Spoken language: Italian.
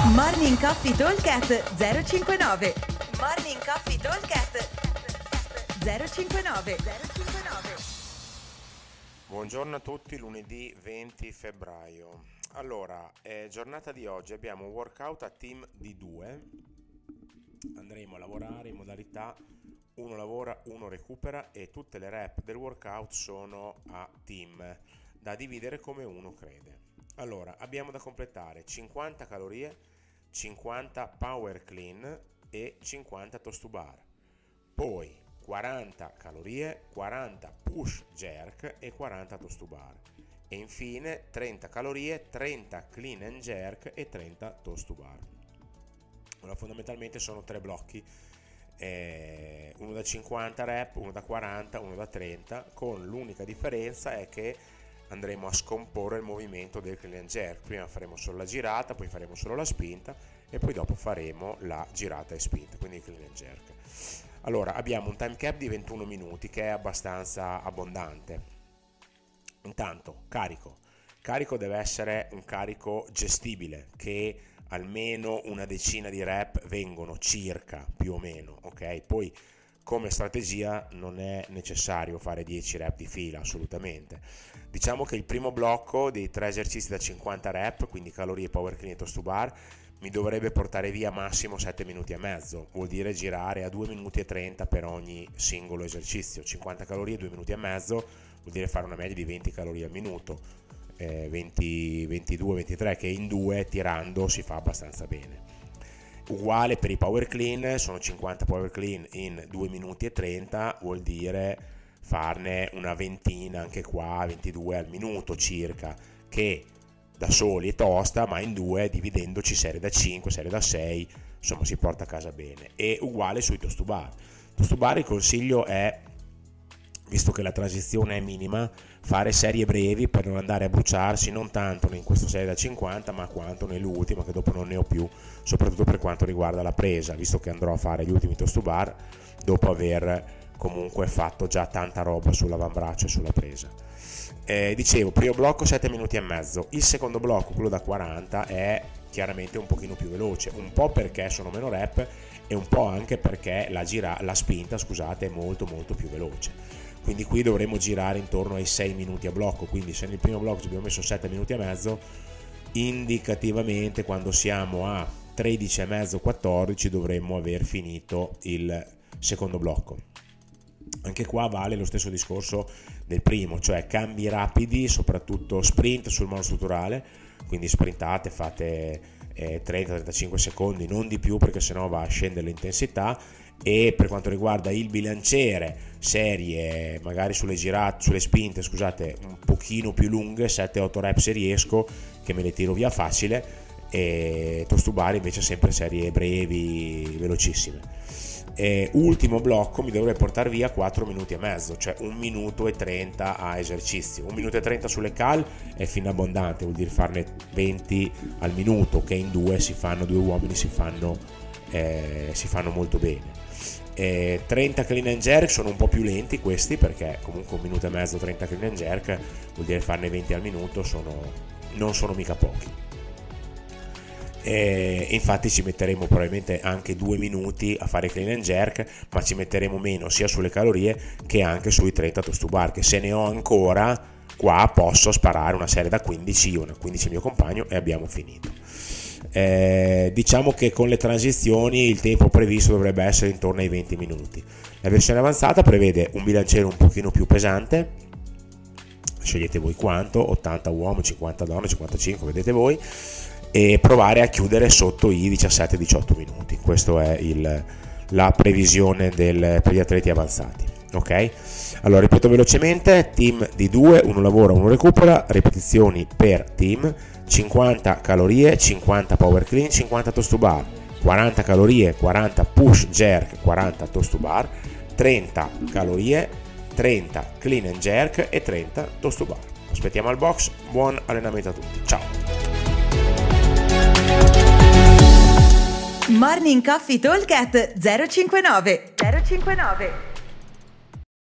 Morning Coffee Talkcast 059. Morning Coffee Talkcast 059. Buongiorno a tutti, lunedì 20 febbraio. Allora, giornata di oggi abbiamo un workout a team di 2. Andremo a lavorare in modalità uno lavora, uno recupera e tutte le rep del workout sono a team, da dividere come uno crede. Allora, abbiamo da completare 50 calorie, 50 power clean e 50 toast to bar. Poi 40 calorie, 40 push jerk e 40 toast to bar. E infine 30 calorie, 30 clean and jerk e 30 toast to bar. Allora, fondamentalmente sono 3 blocchi, uno da 50 rep, uno da 40, uno da 30, con l'unica differenza è che andremo a scomporre il movimento del clean and jerk. Prima faremo solo la girata, poi faremo solo la spinta e poi dopo faremo la girata e spinta, quindi il clean and jerk. Allora, abbiamo un time cap di 21 minuti che è abbastanza abbondante. Intanto, carico deve essere un carico gestibile, che almeno una decina di rep vengono circa, più o meno, ok? Poi come strategia non è necessario fare 10 rep di fila, assolutamente. Diciamo che il primo blocco dei 3 esercizi da 50 rep, quindi calorie, power clean e toast to bar, mi dovrebbe portare via massimo 7 minuti e mezzo, vuol dire girare a 2 minuti e 30 per ogni singolo esercizio. 50 calorie, 2 minuti e mezzo, vuol dire fare una media di 20 calorie al minuto, 20, 22, 23, che in 2 tirando si fa abbastanza bene. Uguale per i power clean, sono 50 power clean in 2 minuti e 30, vuol dire farne una ventina anche qua, 22 al minuto circa, che da soli è tosta, ma in 2 dividendoci serie da 5, serie da 6, insomma si porta a casa bene. E uguale sui toast to bar. Toast to bar il consiglio è, visto che la transizione è minima, fare serie brevi per non andare a bruciarsi non tanto in questa serie da 50 ma quanto nell'ultima, che dopo non ne ho più, soprattutto per quanto riguarda la presa, visto che andrò a fare gli ultimi toast to bar dopo aver comunque fatto già tanta roba sull'avambraccio e sulla presa. Dicevo, primo blocco 7 minuti e mezzo, il secondo blocco, quello da 40, è chiaramente un pochino più veloce, un po' perché sono meno rep e un po' anche perché la spinta, scusate, è molto molto più veloce. Quindi qui dovremo girare intorno ai 6 minuti a blocco, quindi se nel primo blocco ci abbiamo messo 7 minuti e mezzo, indicativamente quando siamo a 13 e mezzo, 14 dovremmo aver finito il secondo blocco. Anche qua vale lo stesso discorso del primo, cioè cambi rapidi, soprattutto sprint sul monostrutturale, quindi sprintate, fate 30-35 secondi, non di più, perché sennò va a scendere l'intensità. E per quanto riguarda il bilanciere, serie magari sulle spinte, scusate, un pochino più lunghe, 7-8 rep se riesco, che me le tiro via facile, e toast to bar invece sempre serie brevi, velocissime. Ultimo blocco mi dovrebbe portare via 4 minuti e mezzo, cioè 1 minuto e 30 a esercizio. 1 minuto e 30 sulle cal è fin abbondante, vuol dire farne 20 al minuto, che in 2 due uomini si fanno molto bene. 30 clean and jerk sono un po' più lenti questi, perché comunque 1 minuto e mezzo 30 clean and jerk vuol dire farne 20 al minuto, non sono mica pochi. Infatti ci metteremo probabilmente anche 2 minuti a fare clean and jerk, ma ci metteremo meno sia sulle calorie che anche sui 30 toast to bar, che se ne ho ancora qua posso sparare una serie da 15 io, una 15 il mio compagno e abbiamo finito. Diciamo che con le transizioni il tempo previsto dovrebbe essere intorno ai 20 minuti. La versione avanzata prevede un bilanciere un pochino più pesante, scegliete voi quanto, 80 uomo, 50 donne, 55, vedete voi, e provare a chiudere sotto i 17-18 minuti. Questa è la previsione per gli atleti avanzati, ok? Allora ripeto velocemente: team di 2, uno lavora, uno recupera, ripetizioni per team, 50 calorie, 50 power clean, 50 toast to bar, 40 calorie, 40 push jerk, 40 toast to bar, 30 calorie, 30 clean and jerk e 30 toast to bar. Aspettiamo al box, buon allenamento a tutti, ciao! Morning Coffee Talkcast 059.